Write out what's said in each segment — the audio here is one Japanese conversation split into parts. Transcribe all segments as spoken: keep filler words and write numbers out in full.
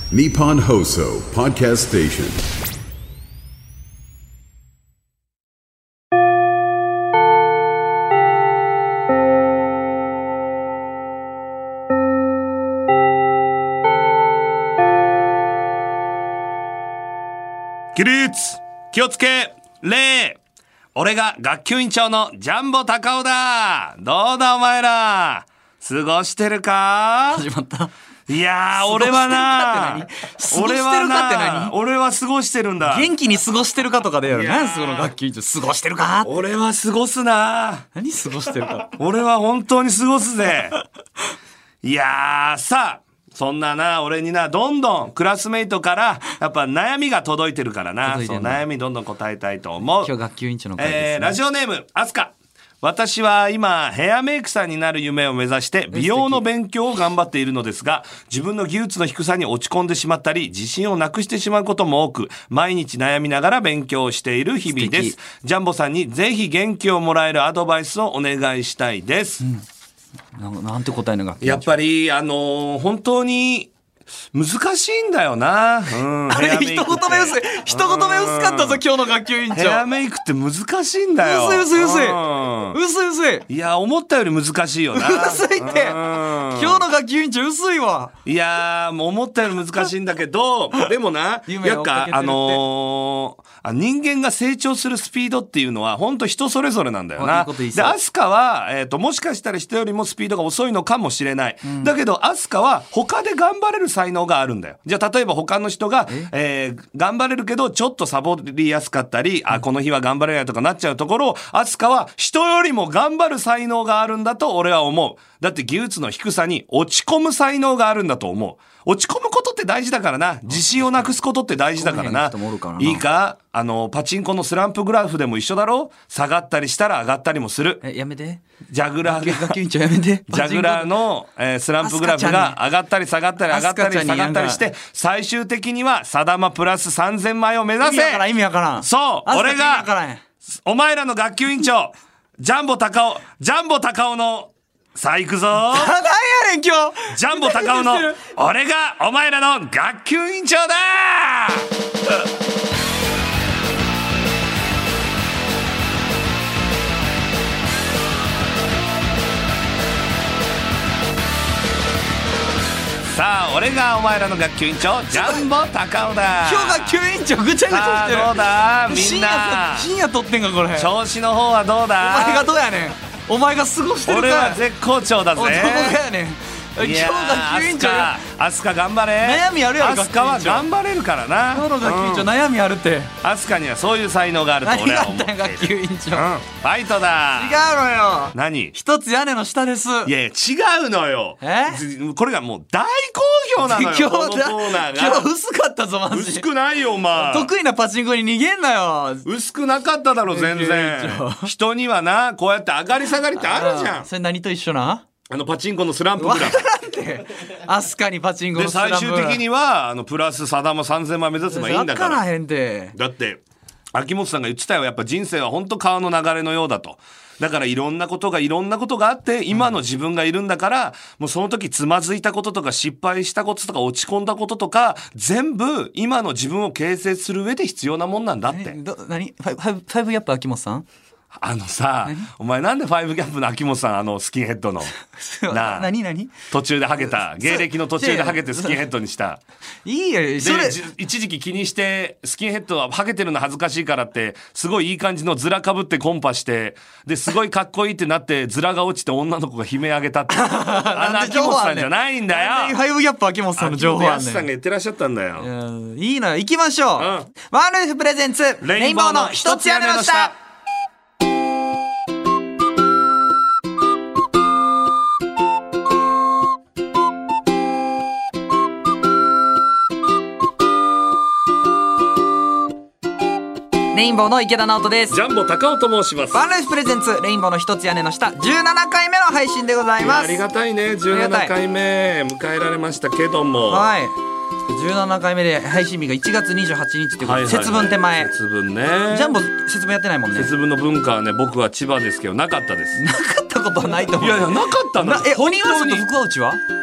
Nippon Hoso Podcast Station。 起立、気をつけ、礼。俺が学級委員長のジャンボ高尾だ。どうだお前ら、過ごしてるか？ 始まった。 いやー俺はな、 過ごしてるかって何？ 俺は過ごしてるんだ。 元気に過ごしてるかとかでやる。何その学級委員長、過ごしてるか？ 俺は過ごすな。 何過ごしてるか。 俺は本当に過ごすぜ。いやーさあ、そんなな、俺にな、どんどんクラスメイトからやっぱ悩みが届いてるからな。そう、悩みどんどん答えたいと思う。 今日学級委員長の会ですね。 えー、ラジオネームアスカ。私は今ヘアメイクさんになる夢を目指して美容の勉強を頑張っているのですが、自分の技術の低さに落ち込んでしまったり自信をなくしてしまうことも多く、毎日悩みながら勉強している日々です。ジャンボさんにぜひ元気をもらえるアドバイスをお願いしたいです。 うん、な, なんて答えの学級委員長。 やっぱりあのー、本当に難しいんだよな。うん。 あれ一言目薄い。一言目薄かったぞ今日の学級委員長。 ヘアメイクって難しいんだよ。 薄い薄い薄い。薄い薄い。 いや思ったより難しいよな。 薄いって。今日の学級委員長薄いわ。 いやもう思ったより難しいんだけど、でもな、やっかあのー。人間が成長するスピードっていうのは本当人それぞれなんだよな。いいこと言いそう。でアスカは、えーと、もしかしたら人よりもスピードが遅いのかもしれない、うん、だけどアスカは他で頑張れる才能があるんだよ。じゃあ例えば他の人が、えー、頑張れるけどちょっとサボりやすかったり、うん、あこの日は頑張れないとかなっちゃうところをアスカは人よりも頑張る才能があるんだと俺は思う。だって技術の低さに落ち込む才能があるんだと思う。落ち込むことって大事だからな。自信をなくすことって大事だからな。いいか、あのパチンコのスランプグラフでも一緒だろ。下がったりしたら上がったりもする。 えやめて。 ジャグラー学級委員長やめて。 ジャグラーの、えー、スランプグラフが上がったり下がったり上がったり下がったりして最終的にはサダマプラスさんぜんまん円を目指せ。 意味わからん意味わからん。 そう俺がお前らの学級委員長ジャンボ高尾ジャンボ高尾のさあ行くぞ。 何やねん今日。 ジャンボ高尾の俺がお前らの学級委員長だ。さあ俺がお前らの学級委員長ジャンボ高尾だ。 今日学級委員長ぐちゃぐちゃしてる。 どうだみんな。 深夜撮ってんかこれ。 調子の方はどうだ。 お前がどうやねん。お前が過ごしてるか。 俺は絶好調だぜ。 どこがやねん。今日学級委員長アスカ頑張れ。 悩みあるやろ。 アスカは頑張れるからな。 今日の学級委員長、うん、悩みあるって。 アスカにはそういう才能があると俺は思っている。 何があったん学級委員長、うん、 ファイトだ。 違うのよ。 何。 一つ屋根の下です。 いやいや違うのよ。 えこれがもう大好評なのよ。 今日このコーナーが今日薄かったぞマジ。 薄くないよお前。 得意なパチンコに逃げんなよ。 薄くなかっただろ全然。人にはなこうやって上がり下がりってあるじゃん。 それ何と一緒な。 あのパチンコのスランプグラフ。 わからんて。アスカにパチンコのスランプ。 で最終的にはあのプラスサダマさんぜんまん目指せばいいんだから。 わからへんて。 だって秋元さんが言ってたよ。やっぱ人生は本当川の流れのようだと。だからいろんなことがいろんなことがあって今の自分がいるんだから、うん、もうその時つまずいたこととか失敗したこととか落ち込んだこととか全部今の自分を形成する上で必要なもんなんだって。 ど何ファイブ、ファイブ、ファイブギャップ秋元さん。 あのさ、お前なんでファイブギャップの秋元さんあのスキンヘッドのなあ何何途中でハゲた芸歴の途中でハゲてスキンヘッドにしたいいよそれ一時期気にしてスキンヘッドはハゲてるの恥ずかしいからってすごいいい感じのズラかぶってコンパしてですごいかっこいいってなってズラが落ちて女の子が悲鳴上げたってあの秋元さんじゃないんだよ。 ファイブギャップ秋元さんの情報あんねん。 秋元康さんが言ってらっしゃったんだよ。 いいのよ行きましょう、うん、ワンルーフプレゼンツレインボーの一つ屋根の下。レインボーの池田直人です。 ジャンボ高尾と申します。 ワンライフプレゼンツレインボーの一つ屋根の下じゅうななかいめの配信でございます。 ありがたいね。じゅうななかいめ迎えられましたけども、 はいじゅうななかいめで配信日がいちがつにじゅうはちにちということで、節分手前。 節分ね。 ジャンボ節分やってないもんね。 節分の文化はね僕は千葉ですけどなかったです。 なかったことはないと思う。 いやいやなかったんだ。 え鬼は外福は内は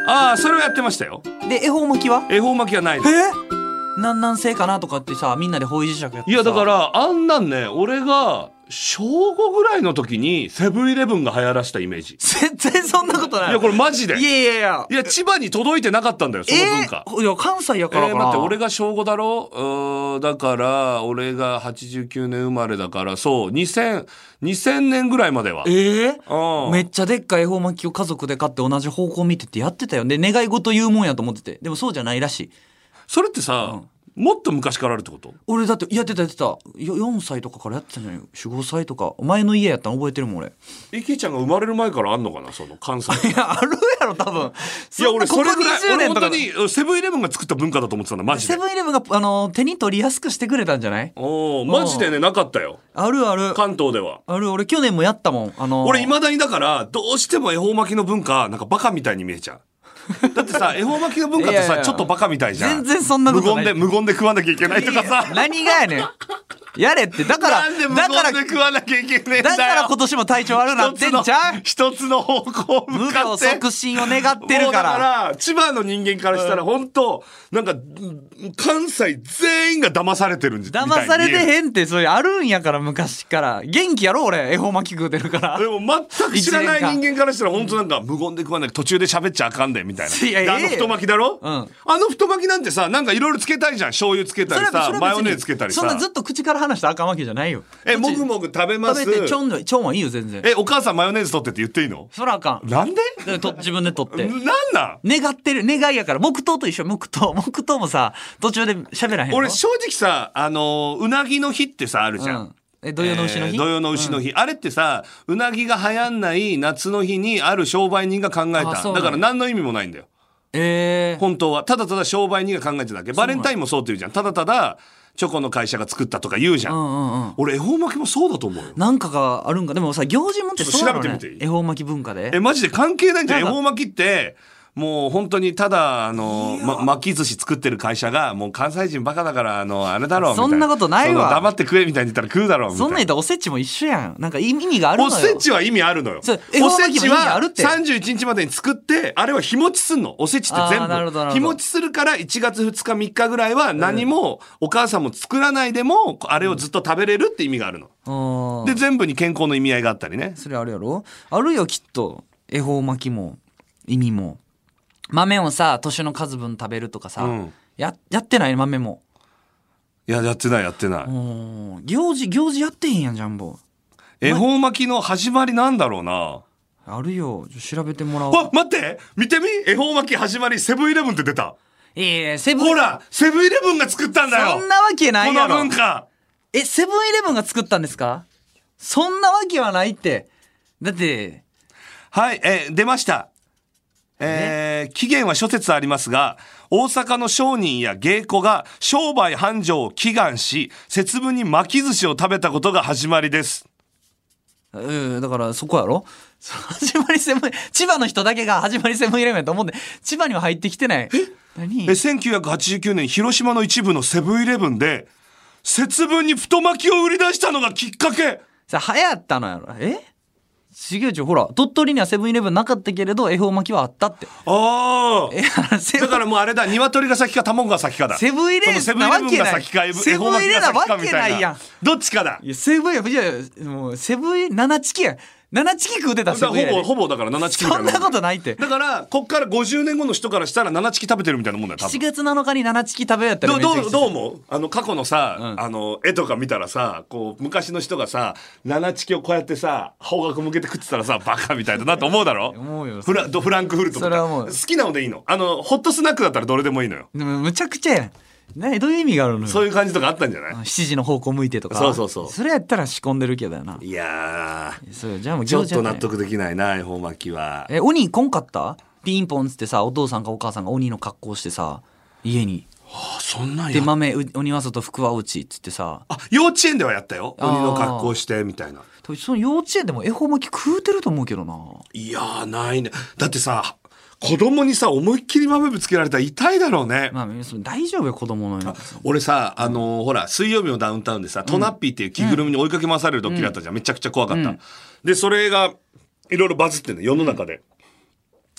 ああ、それはやってましたよ。 で恵方巻きは恵方巻きはないの。 えなんなんせいかなとかってさ、みんなで方位磁石やってさ。 いやだからあんなんね、俺が小ごぐらいの時にセブンイレブンが流行らしたイメージ。 全然そんなことない。 いやこれマジで。 いやいやいやいや千葉に届いてなかったんだよその文化。 えー、いや関西やからかな。 えー、待って俺が小ごだろう。うーだから俺がはちじゅうきゅうねん生まれだから、そうにせん、にせんねんぐらいまでは。 えー、めっちゃでっかい恵方巻きを家族で買って同じ方向見てってやってたよ。で願い事言うもんやと思ってて、でもそうじゃないらしい。 それってさ、うんもっと昔からあるってこと？ 俺だってやってたやってたよんさいとかからやってたんじゃないよ。よん、ごさいとかお前の家やったの覚えてるもん俺。 池ちゃんが生まれる前からあんのかなその関西。 いやあるやろ多分。 いや俺それぐらい俺本当にセブンイレブンが作った文化だと思ってたんだマジで。 セブンイレブンがあの手に取りやすくしてくれたんじゃない？ おマジでねなかったよ。 あるある関東ではある。俺去年もやったもん。あのー、 俺未だにだからどうしても恵方巻きの文化なんかバカみたいに見えちゃう。だってさ恵方巻きの文化ってさいやいやちょっとバカみたいじゃん。 全然そんなことない。 無言で無言で食わなきゃいけないとかさ。 何がやねんやれってだからなんで無言で食わなきゃいけねえんだよ。 だから今年も体調悪なってんじゃん。 一つの方向向かって無病促進を願ってるから。 だから千葉の人間からしたら本当なんか関西全員が騙されてるんじゃん。 騙されてへんってそれあるんやから昔から元気やろ俺恵方巻き食うてるから。 でも全く知らない人間からしたら本当なんか無言で食わない途中で喋っちゃあかんでみたいな。いやいやあの太巻きだろ、うん、あの太巻きなんてさなんかいろいろつけたいじゃん。醤油つけたりさマヨネーズつけたりさ。 そんなずっと口から話したらあかんわけじゃないよ。 えもぐもぐ食べます。 食べてちょんのちょんはいいよ全然。 えお母さんマヨネーズ取ってって言っていいの？ そらあかん。 なんで？ と自分で取って。 なんなん？ 願ってる願いやから黙祷と一緒。黙祷黙祷もさ途中で喋らへんの。 俺正直さあのうなぎの日ってさあるじゃん。うんえ土曜の牛の日、 えー、土曜の牛の日、うん、あれってさうなぎが流行んない夏の日にある商売人が考えた。だから何の意味もないんだよ。えー、本当はただただ商売人が考えてただけ。バレンタインもそうって言うじゃん。ただただチョコの会社が作ったとか言うじゃん、うんうんうん、俺恵方巻きもそうだと思うよ。 なんかがあるんか。でもさ行事もってそうだろうね。 調べてみていい？ 恵方巻き文化で。 えマジで関係ないんじゃん。恵方巻きってもう本当にただあの、ま、巻き寿司作ってる会社がもう関西人バカだからあのあれだろうみたいな。 そんなことないわ。 黙って食えみたいに言ったら食うだろうみたいな。 そんなん言ったらおせちも一緒やん。なんか意味があるのよ。 おせちは意味あるのよ。おせちはさんじゅういちにちまでに作ってあれは日持ちすんの。おせちって全部日持ちするからいちがつふつかみっかぐらいは何もお母さんも作らないでもあれをずっと食べれるって意味があるの、うん、で全部に健康の意味合いがあったりね。 それあるやろ。あるよきっと恵方巻きも意味も。豆をさ年の数分食べるとかさ、うん、や, やってない豆も。 いややってないやってない。 行事行事やってへんやんジャンボ。 恵方巻きの始まりなんだろうな。 あるよ調べてもらおう。 わ待って見てみ恵方巻き始まりセブンイレブンって出た。 ええセブンほらセブンイレブンが作ったんだよ。 そんなわけないやろこの文化。 えセブンイレブンが作ったんですか？そんなわけはないって。だってはいえ出ました。えー、起源は諸説ありますが大阪の商人や芸妓が商売繁盛を祈願し節分に巻き寿司を食べたことが始まりです。 えー、だからそこやろ。始まりセブン千葉の人だけが始まりセブンイレブンやと思うんで千葉には入ってきてない。え何えせんきゅうひゃくはちじゅうきゅうねん広島の一部のセブンイレブンで節分に太巻きを売り出したのがきっかけ。 さ流行ったのやろ。え違う違うほら鳥取にはセブンイレブンなかったけれど恵方巻きはあったって。 ああだからもうあれだ鶏が先か卵が先かだ。 セブンイレブンなわけない。セブンイレブンなわけないやん。どっちかだ。 いやセブンイレブンもうセブン七チキや七チキ食うてた。 ほぼほぼだから七チキみたいな。 そんなことないって。 だからこっからごじゅうねんごの人からしたら七チキ食べてるみたいなもんだよ多分。 しちがつなのかに七チキ食べやったらどうどうどう思う？あの過去のさ、うん、あの絵とか見たらさこう昔の人がさ七チキをこうやってさ方角向けて食ってたらさバカみたいだなと思うだろ。思うよ。フラフランクフルトとか好きなのでいいの。あのホットスナックだったらどれでもいいのよ。 でもむちゃくちゃやん。ね、どういう意味があるのよ。 そういう感じとかあったんじゃない？ しちじの方向向いてとか。 そうそうそう。 それやったら仕込んでるけどやな。 いやーそうじゃあもうちょっと納得できないな恵方巻きは。 え鬼来んかった？ピンポンつってさお父さんかお母さんが鬼の格好してさ家に。 はあ、そんなんや。 で豆鬼は外福は内っつってさ。 あ幼稚園ではやったよ。鬼の格好してみたいな。 その幼稚園でも恵方巻き食うてると思うけどな。 いやーないね。だってさ子供にさ思いっきり豆ぶつけられたら痛いだろうね。 まあ大丈夫よ子供のよ。 俺さあのー、ほら水曜日のダウンタウンでさ、うん、トナッピーっていう着ぐるみに追いかけ回されるドッキリあったじゃん、うん、めちゃくちゃ怖かった、うん、でそれがいろいろバズってんの世の中で、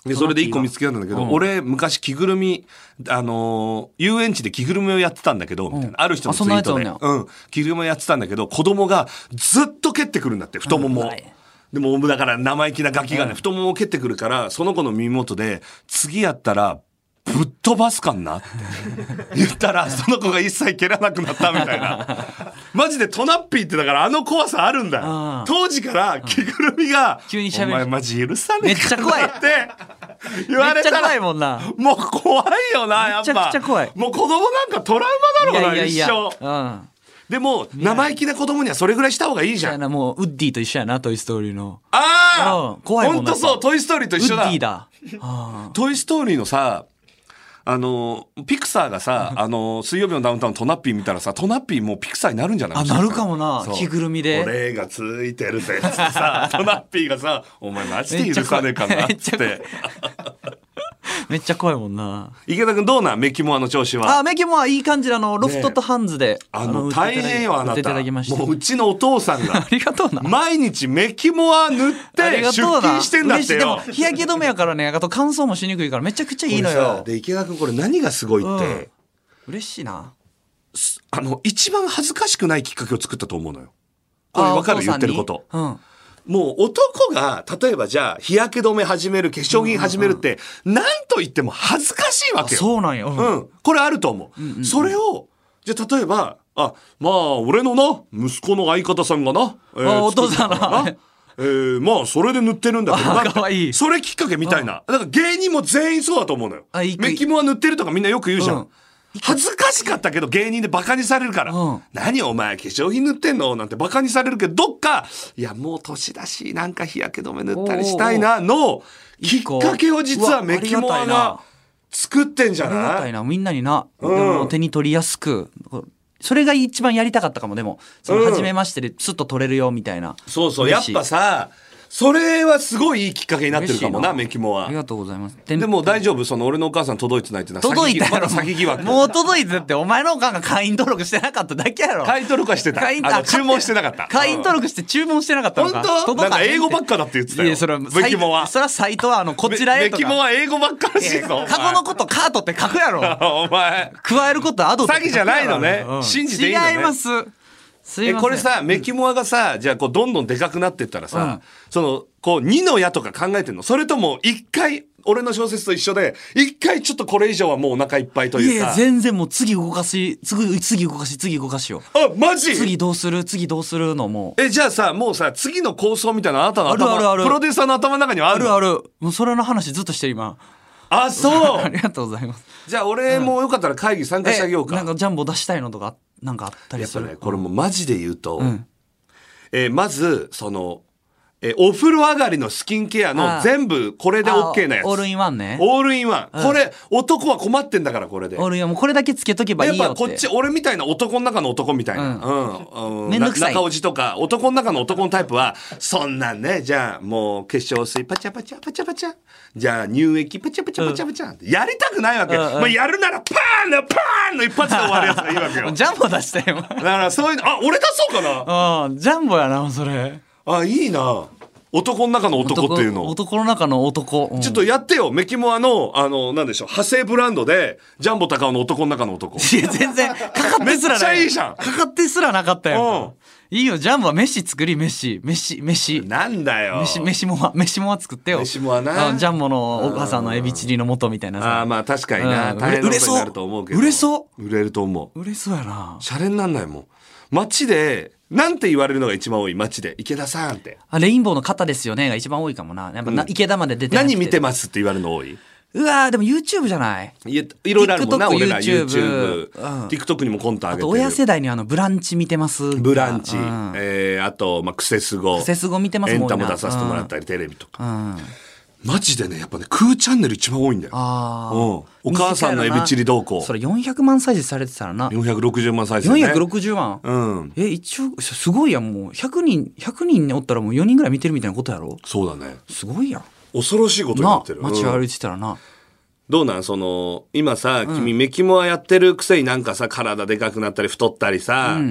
でそれで一個見つけたんだけど、うん、俺昔着ぐるみあのー、遊園地で着ぐるみをやってたんだけど、みたいなある人のツイートで、うん、着ぐるみをやってたんだけど子供がずっと蹴ってくるんだって太ももを、うん、でもだから生意気なガキがね、うん、太ももを蹴ってくるからその子の耳元で次やったらぶっ飛ばすかんなって言ったらその子が一切蹴らなくなったみたいなマジでトナッピーってだからあの怖さあるんだよ。当時から着ぐるみが急に喋る、 お前マジ許さねえめっちゃ怖いって言われたらめっちゃ怖いもんな。もう怖いよなやっぱ。めちゃくちゃ怖い。もう子供なんかトラウマだろうな。いやいやいや一生、うん、でも生意気な子供にはそれぐらいした方がいいじゃん。 もうウッディと一緒やなトイストーリーの。 ああ、 うん、怖いもんな。 ほんとそうトイストーリーと一緒だ。 ウッディだ。 トイストーリーのさあのピクサーがさあの水曜日のダウンタウントナッピー見たらさトナッピーもうピクサーになるんじゃない？ あなるかもな。着ぐるみで俺がついてるぜってさトナッピーがさお前マジで許さねえかなってめっちゃ怖いもんな。 池田君どうなんメキモアの調子は？ あメキモアいい感じであのロフトとハンズで、ね、 あの大変よあなた。もううちのお父さんがありがとうな毎日メキモア塗って出勤してんだってよ。 でも日焼け止めやからねあと乾燥もしにくいからめちゃくちゃいいのよ。 で池田君これ何がすごいって、うん、 嬉しいな。 あの一番恥ずかしくないきっかけを作ったと思うのよ。これ分かる言ってること。うんもう男が例えばじゃあ日焼け止め始める化粧品始めるって何と言っても恥ずかしいわけよ。 そうなんよ、うん、 うん、これあると思う、うんうんうん、それをじゃあ例えばあまあ俺のな息子の相方さんがな、 えー、お父さんなえー、まあそれで塗ってるんだけどなかわいいそれきっかけみたいな。だから芸人も全員そうだと思うのよ。メキモは塗ってるとかみんなよく言うじゃん、うん恥ずかしかったけど芸人でバカにされるから、うん、何お前化粧品塗ってんのなんてバカにされるけどどっかいやもう年だしなんか日焼け止め塗ったりしたいなのきっかけを実はメキモアが作ってんじゃない？ありがたいなみんなにな、うん、でも手に取りやすくそれが一番やりたかったかも。でもその初めましてでスッと取れるよみたいな、うん、 そうそうやっぱさそれはすごいいいきっかけになってるかもなメキモは。 ありがとうございます。 でも大丈夫その俺のお母さん届いてないってのは届いたやろ。 まだ先疑惑。 もう届いてってお前のお母さんが会員登録してなかっただけやろ。 会員登録はしてた。会員あの注文してなかった。 会員登録して注文してなかったのか。 本当？なんか英語ばっかだって言ってたよ。いやそれはメキモは。 それはサイトはあのこちらへとか。 メキモは英語ばっからしいぞ。 過去のことカートって書くやろ。 お前。 加えることアドって詐欺じゃないのね。うん、信じていいのね。 違います。 えこれさメキモアがさじゃあこうどんどんでかくなってったらさ、うん、そのこうにの矢とか考えてんの？それとも一回俺の小説と一緒で一回ちょっとこれ以上はもうお腹いっぱいというか。 いや全然もう次動かし次次動かし次動かしよう。あマジ？ 次どうする次どうするのもえじゃあさもうさ次の構想みたいなあなたの頭あるあるあるプロデューサーの頭の中にはあるの？ あるあるもうそれの話ずっとしてる今。 あそうありがとうございます。 じゃあ俺もよかったら会議参加してあげようか。 なんかジャンボ出したいのとかなんかあったりする？ やっぱねこれもマジで言うと、うんえー、まずその、えー、お風呂上がりのスキンケアの全部これで OK なやつ。 オールインワンね。 オールインワン、うん、これ男は困ってんだからこれで。 オールインワンもうこれだけつけとけばいいよって。 やっぱこっち俺みたいな男の中の男みたいな、うんうん、めんどくさい中おじとか男の中の男のタイプはそんなんねじゃあもう化粧水パチャパチャパチャパチャじゃあ乳液パチャパチャパチャパチャ、うん、やりたくないわけ、うんうんまあ、やるならパーンのパーンの一発で終わるやつがいいわけよ。 ジャンボ出したよ。だからそういうのあ俺出そうかな。 あジャンボやなそれ。 あいいな男の中の男っていうの男, 男の中の男、 うん、ちょっとやってよメキモアのあのなんでしょう派生ブランドでジャンボ高尾の男の中の男。 いや全然かかってすらない。 めっちゃいいじゃん。 かかってすらなかったよ、うん、いいよジャンボは飯作り飯飯飯なんだよ飯飯もは飯もは作ってよ。 飯もはなジャンボのお母さんのエビチリの素みたいなさ。 あまあ確かにな、うん、大変なことになると思うけど売れそう売れると思う売れそうやな。 シャレになんないもん街でなんて言われるのが一番多い街で池田さんってあレインボーの肩ですよねが一番多いかもな。やっぱな、うん、池田まで出てなくて何見てますって言われるの多い。 うわーでも YouTube じゃない。 いやいろいろあるもんな TikTok 俺ら YouTube、 YouTube、うん、TikTok にもコント上げてる。 あと親世代にあのブランチ見てます。 ブランチ、 うん、 えー、あとまあクセスゴクセスゴ見てます。 エンタも出させてもらったり、うん、テレビとか、 うんマジでねやっぱねクーチャンネル一番多いんだよ。あ、うん、お母さんのエビチリどうこうそれよんひゃくまん再生されてたらな。 よんひゃくろくじゅうまん再生ね。 よんひゃくろくじゅうまん、うん、え一応すごいやん。もうひゃくにんひゃくにんおったらもうよにんぐらい見てるみたいなことやろ。 そうだねすごいやん。 恐ろしいことになってるな街を歩いてたらな、うん、 どうなんその今さ君メキモアやってるくせになんかさ体でかくなったり太ったりさ、うん、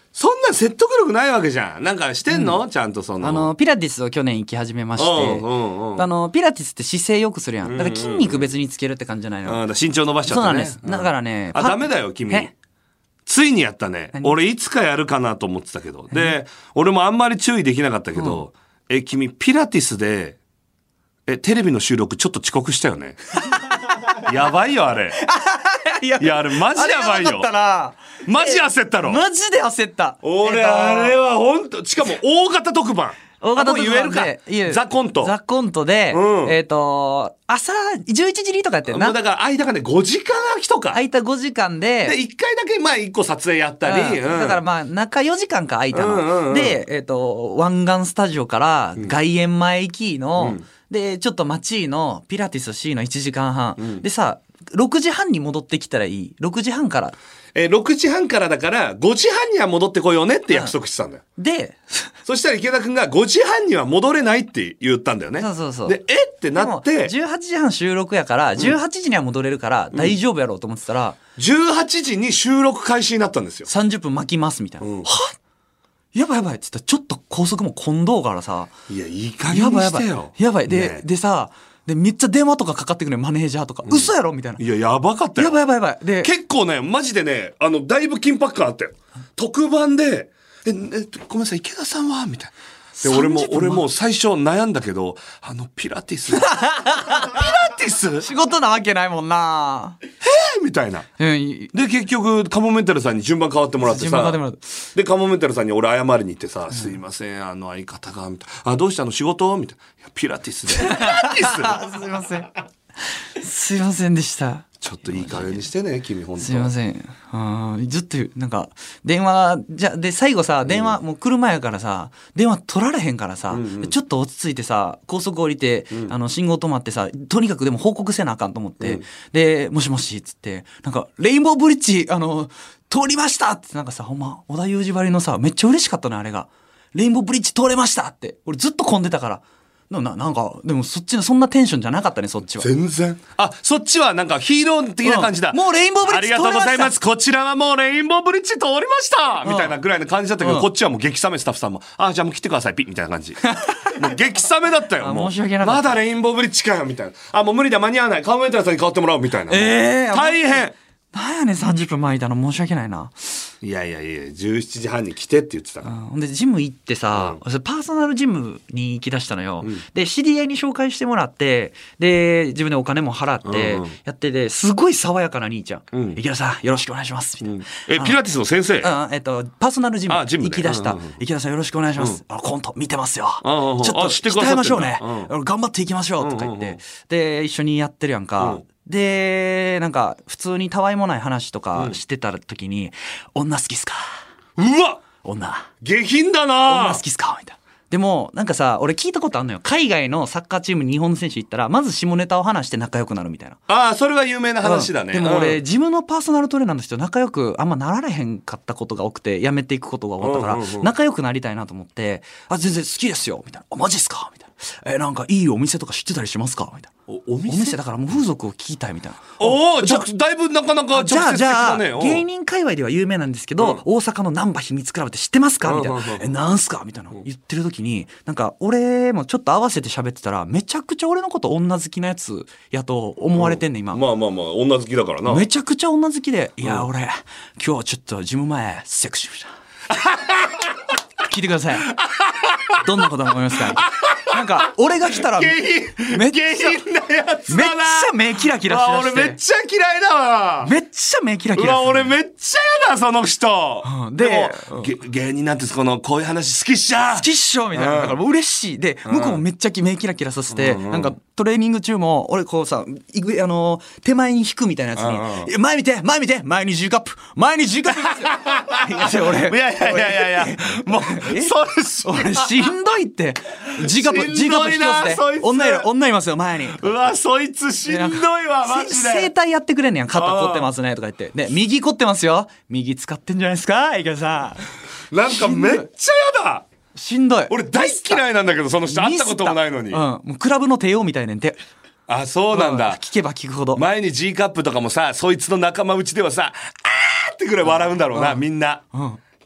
そんな説得力ないわけじゃん。なんかしてんの、うん、ちゃんとその。 あの、ピラティスを去年行き始めまして、うんうんうん、あの、ピラティスって姿勢良くするやん。だから筋肉別につけるって感じじゃないの。 うんうん、だ身長伸ばしちゃったね。 そうなんです。だからね。 あ、ダメだよ、君。ついにやったね。俺いつかやるかなと思ってたけど。で、俺もあんまり注意できなかったけど、うん、え、君、ピラティスで、え、テレビの収録ちょっと遅刻したよね。やばいよ、あれ。いや、いやあれマジやばいよ。マジ焦ったろ。 マジで焦った。 俺、あれは本当、しかも大型特番。 大型特番で言えるか。ザコント。 ザコントで、うん、えっ、ー、と、朝じゅういちじにとかやってんな。 もうだから間がね、ごじかん空きとか。 空いたごじかんで。 で、いっかいだけ、まあいっこ撮影やったり。 うんうん、だからまあ、中よじかんか空いたの。うんうんうん、で、えっ、ー、と、湾岸スタジオから外苑前行きの、うん、で、ちょっと街のピラティス C のいちじかんはん。うん、でさ、ろくじはんに戻ってきたらいい。ろくじはんから。 えー、ろくじはんからだからごじはんには戻ってこようねって約束してたんだよ。 で、 そしたら池田くんがごじはんには戻れないって言ったんだよね。 そうそうそう。 で、えってなって。 じゅうはちじはん収録やから、じゅうはちじには戻れるから大丈夫やろうと思ってたら、 うん、じゅうはちじに収録開始になったんですよ。 さんじゅっぷん巻きますみたいな。うん、はやばいやばいっつったらちょっと高速も混んどうからさ。 いや、いい加減にしてよ。 やばいやばい。やばい。で、ね、でさ、で、めっちゃ電話とかかかってくるね、マネージャーとか。うん、嘘やろみたいな。 いや、やばかったよ。 やばいやばいやばい。で、 結構ね、マジでね、あの、だいぶ緊迫感あったよ。特番で、え、え、ごめんなさい、池田さんはみたいな。で、俺も、俺も最初悩んだけど、あの、ピラティス。ピラティス仕事なわけないもんな。 えー、みたいな。で、結局、カモメンタルさんに順番変わってもらってさ。順番変わってもらって。で、カモメンタルさんに俺謝りに行ってさ、うん、すいません、あの相方が、みたいな。あ、どうしたの仕事みたいな。いや、ピラティスで。ピラティスすいません。すいませんでした。 ちょっといい加減にしてね、君、本当。 すいません。あずっと、なんか、電話、じゃ、で、最後さ、電話、うん、もう車やからさ、電話取られへんからさ、うんうん、ちょっと落ち着いてさ、高速降りて、うん、あの、信号止まってさ、とにかくでも報告せなあかんと思って、うん、で、もしもし、っつって、なんか、レインボーブリッジ、あの、通りましたって、なんかさ、ほんま、織田裕二ばりのさ、めっちゃ嬉しかったね、あれが。レインボーブリッジ通れましたって、俺ずっと混んでたから。な, なんかでもそっちのそんなテンションじゃなかったねそっちは全然あそっちはなんかヒーロー的な感じだ、 うん、もうレインボーブリッジ通りましたありがとうございますこちらはもうレインボーブリッジ通りました、うん、みたいなぐらいの感じだったけど、うん、こっちはもう激冷めスタッフさんもあじゃあもう来てくださいピッみたいな感じもう激冷めだったよもう申し訳なかったまだレインボーブリッジかよみたいなあもう無理だ間に合わないカモメンタルさんに代わってもらおうみたいなえー、 大変なんやねんさんじゅっぷんまえいたの申し訳ないないやいやいやじゅうしちじはんに来てって言ってたからほんでジム行ってさ、うん、パーソナルジムに行きだしたのよ、うん、で知り合いに紹介してもらってで自分でお金も払ってやっててすごい爽やかな兄ちゃん、うん、池田さんよろしくお願いしますみたいな、うん、 えピラティスの先生あ、えっと、パーソナルジム行きだした、うんうん、池田さんよろしくお願いします、うん、あコント見てますよ、うん、ちょっと鍛えましょうね、うん、頑張っていきましょうとか言って、うんうんうん、で一緒にやってるやんか、うんでなんか普通にたわいもない話とかしてた時に、うん、女好きっすかうわ女下品だな女好きっすかみたいなでもなんかさ俺聞いたことあんのよ海外のサッカーチーム日本の選手行ったらまず下ネタを話して仲良くなるみたいなああそれは有名な話だね、 うん、でも俺、うん、ジムのパーソナルトレーナーの人仲良くあんまなられへんかったことが多くてやめていくことが多かったから、うんうんうん、仲良くなりたいなと思ってあ全然好きですよみたいなあマジっすかみたいなえなんかいいお店とか知ってたりしますかみたいなお, お, 店お店だからもう風俗を聞きたいみたいなおおだいぶなかなか直接的だねじゃあじゃあ芸人界隈では有名なんですけど、うん、大阪の難波秘密クラブって知ってますかみたいな、うんうんうん、えなんすかみたいな言ってる時になんか俺もちょっと合わせて喋ってたらめちゃくちゃ俺のこと女好きなやつやと思われてんね、うん、今まあまあまあ女好きだからなめちゃくちゃ女好きでいや、うん、俺今日ちょっとジム前セクシーした聞いてくださいどんなこと思いますかなんか俺が来たらめっちゃめっちゃ目キラキラしだして俺めっちゃ嫌いだわめっちゃ目キラキラうわ俺めっちゃやだその人、 うん、 で, でも、うん、芸人なんてこのこういう話好きっしょ好きっしょみたいな、うん、だから嬉しいで向こうもめっちゃ目キラキラさせて、うん、なんかトレーニング中も俺こうさあの手前に引くみたいなやつに、うん、前見て前見て前に G カップ前に G カップいや俺いやいやいやいやいやもうそれ俺しんどいって G カップ G カップ引き寄せて女いる女いますよ前にうわそいつしんどいわマジで整体やってくれんねやん肩凝ってますねとか言ってで右凝ってますよ右使ってんじゃないですか池田さんなんかめっちゃやだしんどい俺大嫌いなんだけどその人会ったこともないのに、うん、 もうクラブの帝王みたいねんてあそうなんだ、うん、 聞けば聞くほど前に G カップとかもさそいつの仲間内ではさあーってぐらい笑うんだろうな、うん、みんな、うん、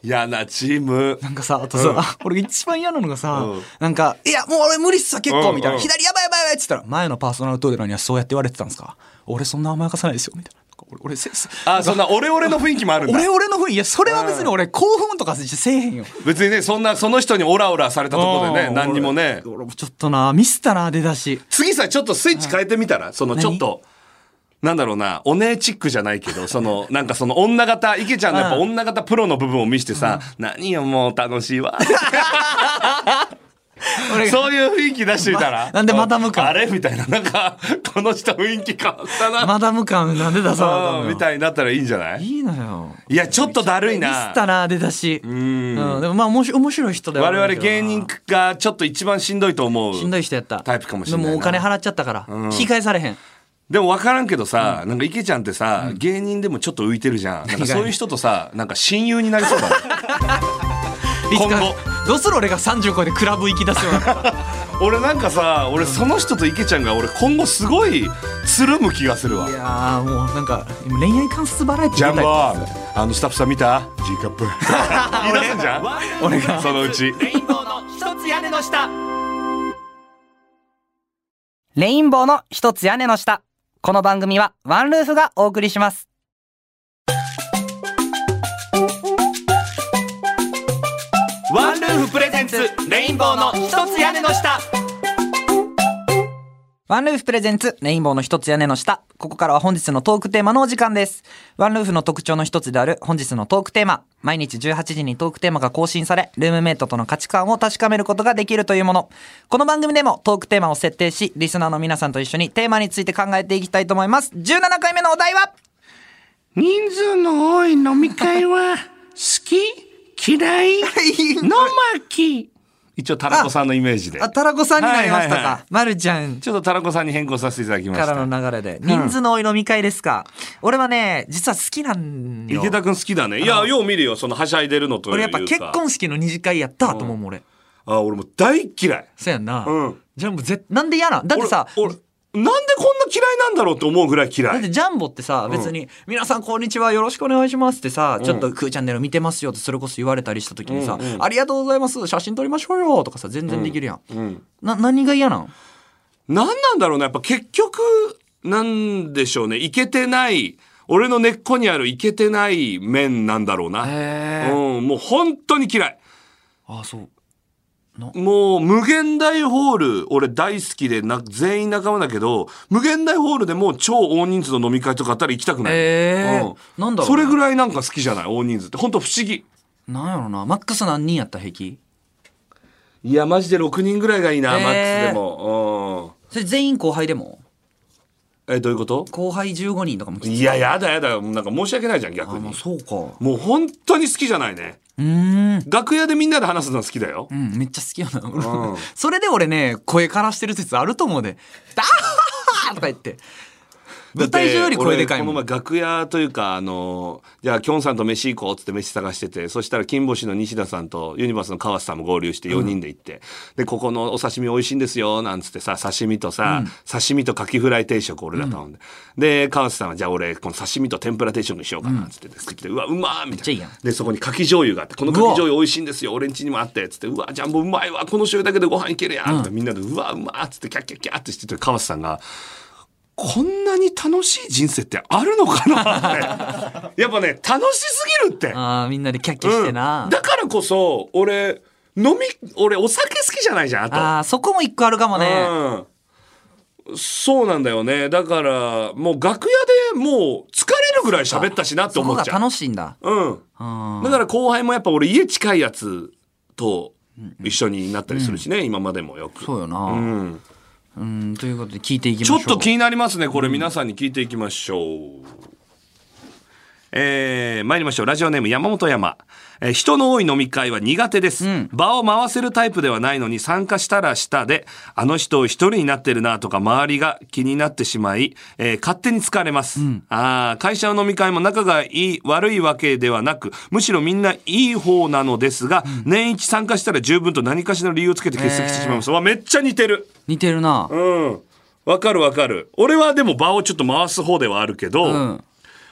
嫌なチーム。 なんかさ、あとさ、うん、俺一番嫌なのがさ、うん、なんか、いや、もう俺無理っすわ、結構、みたいな。左やばいやばいやばいって言ったら、前のパーソナルトレーナーにはそうやって言われてたんですか？俺そんな甘やかさないですよ、みたいな。俺、俺、せ、 あ、そんなオレオレの雰囲気もあるんだ。 オレオレの雰囲気、いや、それは別に俺、興奮とかせえへんよ。 別にね、そんな、その人にオラオラされたところでね、何にもね。 俺もちょっとな、ミスったな、出だし。 次さ、ちょっとスイッチ変えてみたら、その、ちょっと。なんだろうな、お姉チックじゃないけど、その、なんかその女型、池ちゃんのやっぱ女型プロの部分を見せてさ、うん、何よもう楽しいわ。そういう雰囲気出してみたら、 ま、なんでマダム感あれみたいな、なんかこの人雰囲気変わったな、 マダム感なんで出さなかったのみたいになったらいいんじゃない？ いいのよ。 いやちょっとだるいな、 ミスったな出だし。うん、うん、でもまあ面白い人だよ。 我々芸人がちょっと一番しんどいと思うしんどい人やったタイプかもしれないな。 でもお金払っちゃったから、うん、引き返されへん。 でも分からんけどさ、うん、なんか池ちゃんってさ、うん、芸人でもちょっと浮いてるじゃん。なんかそういう人とさ、なんか親友になりそうだね。今後どうする俺がさんじゅう超えてクラブ行き出すような。 俺なんかさ、俺その人と池ちゃんが俺今後すごいつるむ気がするわ。 いやーもうなんか恋愛観察バラエティージャンボー、あのスタッフさん見た G カップ言い出すんじゃん俺がそのうち。 レインボーの一つ屋根の下。レインボーの一つ屋根の下。この番組はワンルーフがお送りします。 ワンルーフプレゼンツレインボーの一つ屋根の下。 ワンルーフプレゼンツレインボーの一つ屋根の下。ここからは本日のトークテーマのお時間です。ワンルーフの特徴の一つである本日のトークテーマ。毎日じゅうはちじにトークテーマが更新され、ルームメイトとの価値観を確かめることができるというもの。この番組でもトークテーマを設定し、リスナーの皆さんと一緒にテーマについて考えていきたいと思います。じゅうななかいめのお題は、 人数の多い飲み会は好き嫌いの巻。一応タラコさんのイメージで。 あ、タラコさんになりましたか。はいはいはい、まるちゃん。 ちょっとタラコさんに変更させていただきました。 からの流れで。人数の多い飲み会ですか。うん、俺はね、実は好きなんよ。 池田くん好きだね。いや、よう見るよ、そのはしゃいでるのというか。 俺やっぱ結婚式の二次会やったと思う、うん、俺。 あ、俺も大嫌い。 そうやんな。 うん。 じゃあもうぜ、なんで嫌なだってさ、 俺、俺なんでこんな嫌いなんだろうって思うぐらい嫌い。 だってジャンボってさ、別に、うん、皆さんこんにちはよろしくお願いしますってさ、うん、ちょっとクーチャンネル見てますよってそれこそ言われたりした時にさ、うんうん、ありがとうございます写真撮りましょうよとかさ全然できるやん、うんうん、な何が嫌なんなんなんだろうな。やっぱ結局なんでしょうね、いけてない俺の根っこにあるいけてない面なんだろうな。 へー、うん、もう本当に嫌い。 ああそうもう無限大ホール俺大好きでな全員仲間だけど、無限大ホールでもう超大人数の飲み会とかあったら行きたくない。 えーうん、 なんだろう、 それぐらいなんか好きじゃない大人数って。本当不思議。 なんやろな。マックス何人やった平気？ いやマジでろくにんぐらいがいいな、えー、マックスでも。 うん、それ全員後輩でも？ えどういうこと？ 後輩じゅうごにんとかもきつい。 いややだやだ、なんか申し訳ないじゃん逆に。 あ、そうか。 もう本当に好きじゃないね。 うーん、 楽屋でみんなで話すのは好きだよ。 うん、めっちゃ好きやな、 うん、 それで俺ね声からしてる説あると思うで。ダーとか言って舞台上より声でかいもん。 この前楽屋というかあのじゃあきょんさんと飯行こうっつって飯探してて、そしたら金星の西田さんとユニバースの川瀬さんも合流してよにんで行って、うん、でここのお刺身美味しいんですよなんつってさ、刺身とさ、うん、刺身とカキフライ定食俺ら頼んで、うん、で川瀬さんはじゃあ俺この刺身と天ぷら定食にしようかなっつって作って、うん、うわうまーみたいな。でそこにカキ醤油があって、このカキ醤油美味しいんですよ俺ん家にもあってっつって、うわジャンボうまいわこの醤油だけでご飯いけるやんって、うん、みんなでうわうまーっつってキャッキャッキャッってしてて、川瀬さんがこんなに楽しい人生ってあるのかなってやっぱね楽しすぎるって。 あみんなでキャッキャしてな、 うん、だからこそ俺飲み俺お酒好きじゃないじゃん。あとあそこも一個あるかもね、 うん、そうなんだよね。だからもう楽屋でもう疲れるぐらい喋ったしなって思っちゃう。 そこが楽しいんだ。 うん、だから後輩もやっぱ俺家近いやつと一緒になったりするしね、うん、今までもよく。 そうよな、 うんうん、ということで聞いていきましょう。 ちょっと気になりますねこれ、皆さんに聞いていきましょう。えー、参りましょう。ラジオネーム山本山、えー、人の多い飲み会は苦手です、うん、場を回せるタイプではないのに参加したらしたであの人一人になってるなとか周りが気になってしまい、えー、勝手に疲れます、うん、あ会社の飲み会も仲がいい悪いわけではなくむしろみんないい方なのですが、うん、年一参加したら十分と何かしらの理由をつけて欠席してしまいます、えー、わめっちゃ似てる似てるな。 うんわかるわかる。俺はでも場をちょっと回す方ではあるけど、うん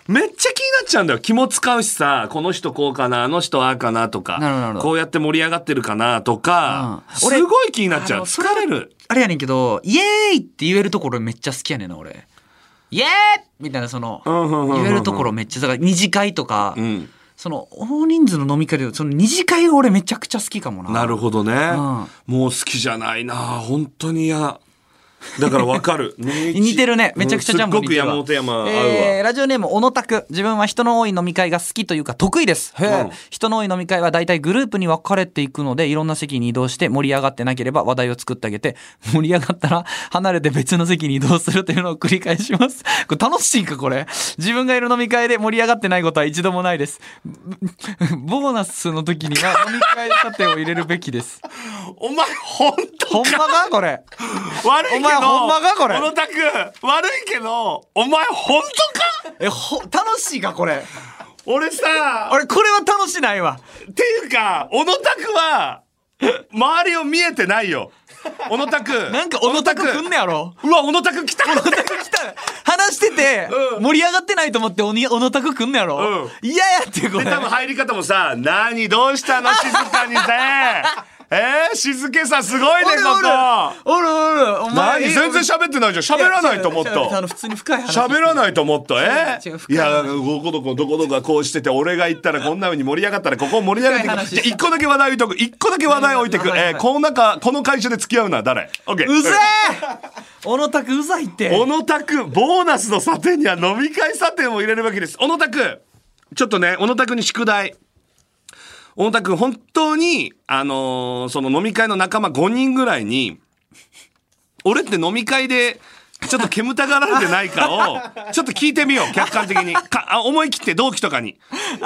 めっちゃ気になっちゃうんだよ。気も使うしさ、この人こうかな、あの人ああかなとか、 なるほどこうやって盛り上がってるかなとか、 うん、 すごい気になっちゃう。疲れる。 あれやねんけど、イエーイって言えるところめっちゃ好きやねんな、俺。イエーイみたいな、その、言えるところめっちゃ、だから二次会とか、うん、その、大人数の飲み会で、その二次会が俺めちゃくちゃ好きかもな。 なるほどね。うん、もう好きじゃないな、本当に嫌。だからわかる。 似てるね。めちゃくちゃジャンボ似てるわ。 すっごく山本山合うわ。 えー、ラジオネーム、小野拓。自分は人の多い飲み会が好きというか得意です。へー、うん、人の多い飲み会は大体グループに分かれていくので、いろんな席に移動して盛り上がってなければ話題を作ってあげて、盛り上がったら離れて別の席に移動するというのを繰り返します。これ楽しいかこれ。自分がいる飲み会で盛り上がってないことは一度もないです。ボーナスの時には飲み会査定を入れるべきです。 お前本当か？ ほんまかこれ。 悪いけど。お前ほんまかこれ。 小野拓、悪いけどお前本当か？ え、ほ楽しいかこれ。 俺さ、 俺これは楽しないわ。 っていうか小野拓は周りを見えてないよ。小野拓なんか小野拓くんねやろ。 うわ小野拓来た。 小野拓来た。話してて、うん、盛り上がってないと思って小野拓くんねやろ。嫌、うん、やってこれ。 で多分入り方もさ、何どうしたの静かにせえー、静けさすごいねここ。 おるおるお前全然喋ってないじゃん。喋らないと思った。 普通に深い話。 喋らないと思った。えー、いやどこどこどこどこがこうしてて俺が言ったらこんな風に盛り上がったらここを盛り上げていく。じゃ一個だけ話題置いとく。一個だけ話題置いてく。えー、この中この会社で付き合うのは誰？オッケー。 うぜえ。小野拓うざいって。 小野拓ボーナスの査定には飲み会査定も入れるわけです。小野拓ちょっとね小野拓に宿題。小野田君本当にあのー、その飲み会の仲間ごにんぐらいに俺って飲み会でちょっと煙たがられてないかをちょっと聞いてみよう客観的にかあ思い切って同期とかに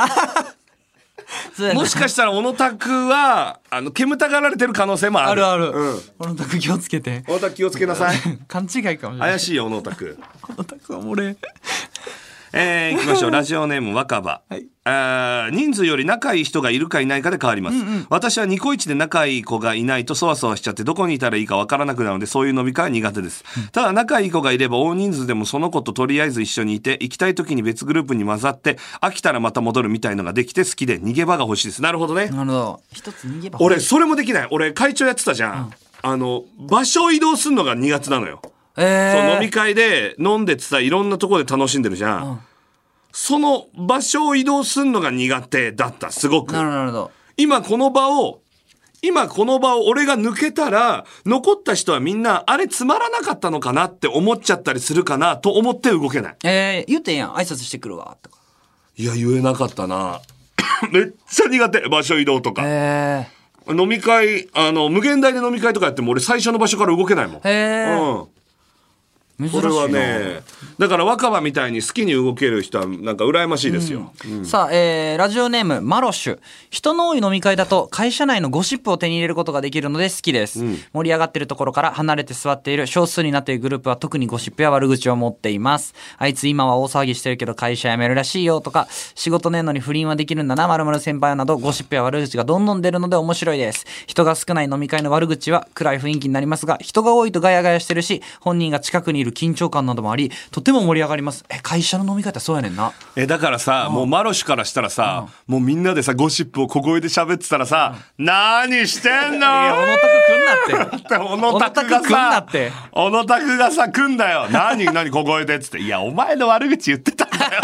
もしかしたら小野田君はあの煙たがられてる可能性もあるあるある、うん、小野田君気をつけて小野田君気をつけなさい勘違いかもしれない怪しいよ小野田君小野田君は俺えー、行きましょう。ラジオネーム若葉、はい、あ人数より仲いい人がいるかいないかで変わります、うんうん、私はニコイチで仲いい子がいないとそわそわしちゃってどこにいたらいいかわからなくなるのでそういう飲み会は苦手です、うん、ただ仲いい子がいれば大人数でもその子ととりあえず一緒にいて行きたい時に別グループに混ざって飽きたらまた戻るみたいのができて好きで逃げ場が欲しいです。なるほどね。 なるほど。一つ逃げ場。 俺それもできない。俺会長やってたじゃん、うん、あの場所を移動するのが苦手なのよ、えー、そう飲み会で飲んでってさいろんなところで楽しんでるじゃん、うん、その場所を移動するのが苦手だった。すごく。 なるほど。 今この場を今この場を俺が抜けたら残った人はみんなあれつまらなかったのかなって思っちゃったりするかなと思って動けない。 えー、言ってんやん挨拶してくるわとか。 いや言えなかったなめっちゃ苦手場所移動とか、えー、飲み会あの無限大で飲み会とかやっても俺最初の場所から動けないもん。 へー、 うんこれはねだから若葉みたいに好きに動ける人はなんか羨ましいですよ、 うんうん、さあ、えー、ラジオネームマロッシュ。人の多い飲み会だと会社内のゴシップを手に入れることができるので好きです、うん、盛り上がっているところから離れて座っている少数になっているグループは特にゴシップや悪口を持っています。あいつ今は大騒ぎしてるけど会社辞めるらしいよとか仕事ねえのに不倫はできるんだな〇〇先輩などゴシップや悪口がどんどん出るので面白いです。人が少ない飲み会の悪口は暗い雰囲気になりますが人が多いとガヤガヤしてるし本人が近くにいる緊張感などもありとても盛り上がります。え会社の飲み会ってそうやねんな。 えだからさ、うん、もうマロシュからしたらさ、うん、もうみんなでさゴシップを小声で喋ってたらさ、うん、何してんの。いや小野拓くんなって小野拓がさ小野拓がさ来んだよ何何小声でっつっていやお前の悪口言ってたんだよ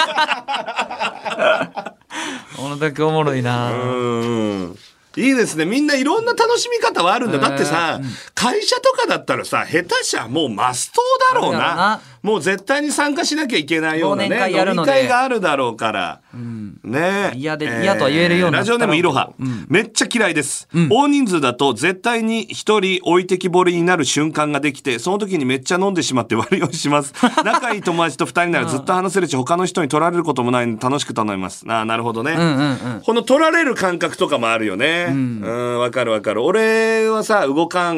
小野拓おもろいな。 うんいいですね。みんないろんな楽しみ方はあるんだ。だってさ、うん、会社とかだったらさ下手じゃもうマストだろう な, なもう絶対に参加しなきゃいけないようなね飲み会があるだろうから、うん、ね嫌で嫌とは言えるような、 ラジオネームいろは、うん、めっちゃ嫌いです、うん、大人数だと絶対に一人置いてきぼりになる瞬間ができてその時にめっちゃ飲んでしまって悪いようにします仲いい友達とふたりならずっと話せるし他の人に取られることもないので楽しく頼みます。あなるほどね、うんうんうん、この取られる感覚とかもあるよね。うん、うんわかるわかる。俺はさ動かん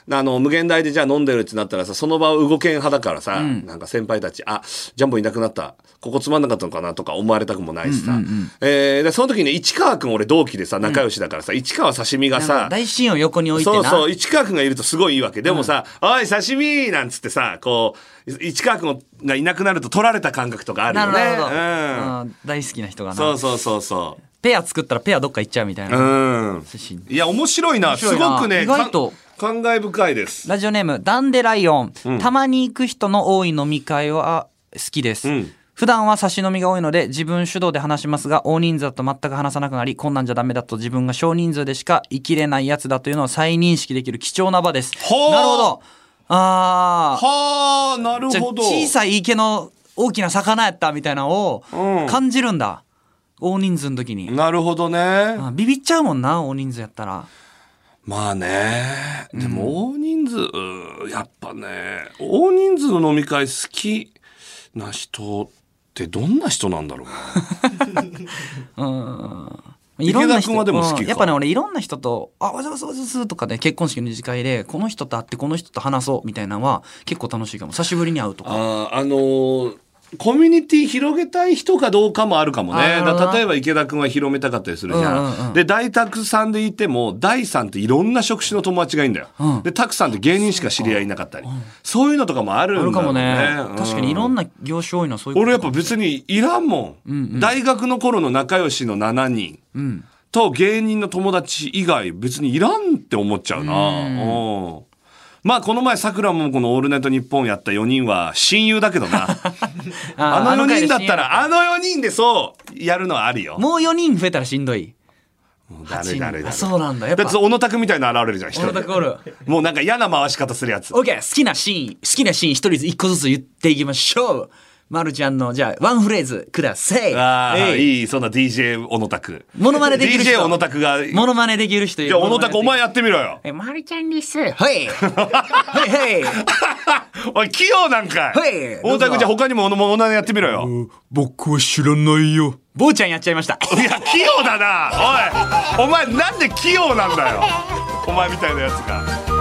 あの無限大でじゃあ飲んでるってなったらさ、その場を動けん派だからさ、うん、なんか先輩たちあジャンボいなくなった、ここつまんなかったのかなとか思われたくもないしさ、うんうんうん、えー、でその時に市川君俺同期でさ仲良しだからさ、うん、市川刺身がさ大親を横に置いてな、 そうそう市川君がいるとすごいいいわけでもさ、うん、おい刺身なんつってさこう市川君がいなくなると取られた感覚とかあるよね。 なるほど、うん、大好きな人がな、 そうそうそうそう、 ペア作ったらペアどっか行っちゃうみたいな、 うん、いや面白いな、すごくね意外と感慨深いです。 ラジオネームダンデライオン、うん、たまに行く人の多い飲み会は好きです、うん、普段は差し飲みが多いので自分主導で話しますが、大人数だと全く話さなくなり、こんなんじゃダメだと自分が少人数でしか生きれないやつだというのを再認識できる貴重な場です。なるほど、あはあ、なるほど。 小さい池の大きな魚やったみたいなのを感じるんだ、うん、大人数の時に。 なるほどね。 ビビっちゃうもんな、大人数やったら。 まあね、でも大人数、うん、やっぱね大人数の飲み会好きな人ってどんな人なんだろうな。うんいろんな人、池田君はでも好きか、うん、やっぱね俺いろんな人とあわざわざわざとかね、結婚式の二次会でこの人と会ってこの人と話そうみたいなのは結構楽しいかも。久しぶりに会うとか、 ああのーコミュニティ広げたい人かどうかもあるかもね。だ例えば池田君は広めたかったりするじゃん、うんうんうん、で大沢さんでいても大さんっていろんな職種の友達がいいんだよ、うん、で拓さんって芸人しか知り合いいなかったり、うん、そういうのとかもあるんだろうね。 あるかもね、うん、確かにいろんな業種多いのはそういうこと。 俺やっぱ別にいらんもん、うんうん、大学の頃の仲良しのしちにん、うん、と芸人の友達以外別にいらんって思っちゃうな。うんうん、まあこの前さくらもこのオールナイトニッポンやったよにんは親友だけどな。あ, あのよにんだったらあのよにんでそうやるのはあるよ。 もうよにん増えたらしんどい。 誰誰誰。 そうなんだ。やっぱだって小野拓みたいなの現れるじゃん。 小野拓おる。 もうなんか嫌な回し方するやつ。 オッケー、好きなシーン好きなシーン一人ず一個ずつ言っていきましょう。まるちゃんのじゃあワンフレーズください。 ああ、いい、そんな ディージェー 小野拓。 モノマネできる人。 ディージェー 小野拓が。 モノマネできる人。 じゃあ小野拓お前やってみろよ。 え、まるちゃんです。はい。はいはい。 おい器用なんかい。はい。小野拓じゃあ他にもモノマネやってみろよ。 僕は知らないよ。坊ちゃんやっちゃいました。 いや器用だな。おい、お前なんで器用なんだよ。お前みたいなやつが。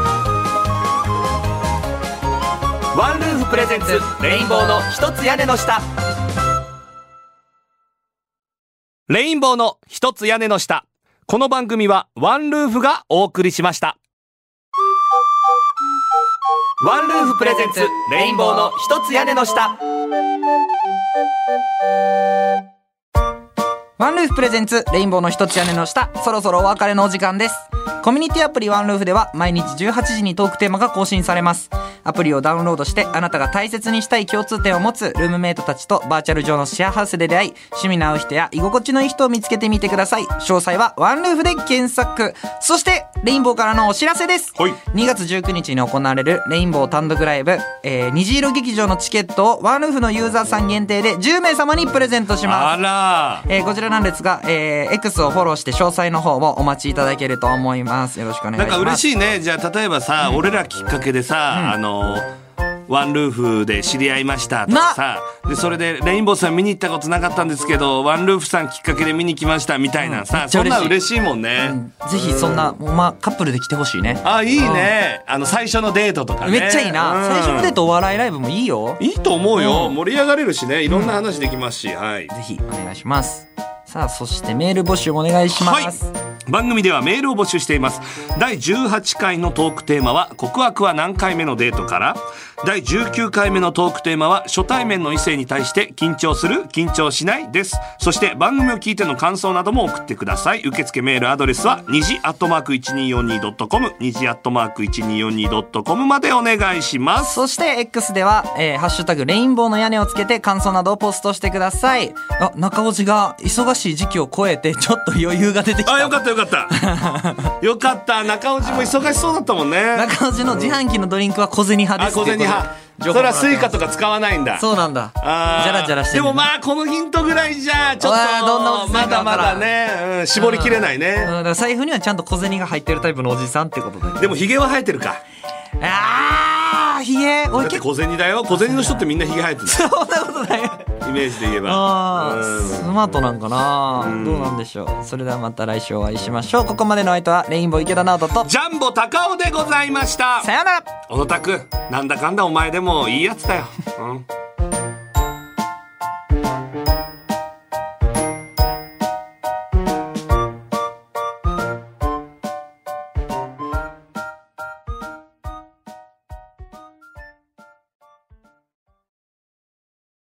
ワンルーフプレゼンツレインボーの一つ屋根の下。 レインボーの一つ屋根の下。この番組はワンルーフがお送りしました。 ワンルーフプレゼンツレインボーの一つ屋根の下。ワンルーフプレゼンツレインボーの一つ屋根の下、そろそろお別れのお時間です。コミュニティアプリワンルーフでは毎日じゅうはちじにトークテーマが更新されます。アプリをダウンロードしてあなたが大切にしたい共通点を持つルームメイトたちとバーチャル上のシェアハウスで出会い、趣味の合う人や居心地のいい人を見つけてみてください。詳細はワンルーフで検索。そしてレインボーからのお知らせです。にがつじゅうくにちに行われるレインボー単独ライブ、えー、虹色劇場のチケットをワンルーフのユーザーさん限定でじゅうめいさまにプレゼントします。 あら、 えー、こちらなんですが、えー、X をフォローして詳細の方をお待ちいただけると思います。よろしくお願いします。 なんか嬉しいね。じゃあ例えばさ、うん、俺らきっかけでさ、うん、あのワンルーフで知り合いましたとかさ、でそれでレインボーさん見に行ったことなかったんですけどワンルーフさんきっかけで見に来ましたみたいなさ、うん、そんな嬉しいもんね、 うん、ぜひそんな、まあ、カップルで来てほしいね。 あ、いいね、うん、あの最初のデートとかね、 めっちゃいいな、うん、最初のデートお笑いライブもいいよ。 いいと思うよ、うん、盛り上がれるしね、いろんな話できますし、うん、はい、 ぜひお願いします。さあ、そしてメール募集お願いします、 はい、番組ではメールを募集しています。だいじゅうはちかいのトークテーマは告白は何回目のデートから、だいじゅうきゅうかいめのトークテーマは初対面の異性に対して緊張する緊張しないです。そして番組を聞いての感想なども送ってください。受付メールアドレスはにじアットマーク いちにーよんにードットコム にじアットマーク いちにーよんにードットコム までお願いします。 そして X では、えー、ハッシュタグレインボーの屋根をつけて感想などをポストしてください。あ、中尾路が忙しい時期を超えてちょっと余裕が出てきた。 あ、よかったよかったよかった。中尾路も忙しそうだったもんね。 中尾路の自販機のドリンクは小銭派です。 あ、小銭派。それはスイカとか使わないんだ。 そうなんだ。あ、ジャラジャラしてる。 でもまあこのヒントぐらいじゃちょっとどんなまだまだね、うん、絞りきれないね、うんうん、 だから財布にはちゃんと小銭が入ってるタイプのおじさんってことだよね。 でもヒゲは生えてるか。 あー、 ヒゲだって小銭だよ。小銭の人ってみんなヒゲ生えてる。 そんなことないよ。 イメージで言えば。 あスマートなんかな、どうなんでしょう。それではまた来週お会いしましょう。ここまでの相手はレインボー池田直人とジャンボ高尾でございました。 さよなら。 小野田くん、なんだかんだお前でもいいやつだよ。うん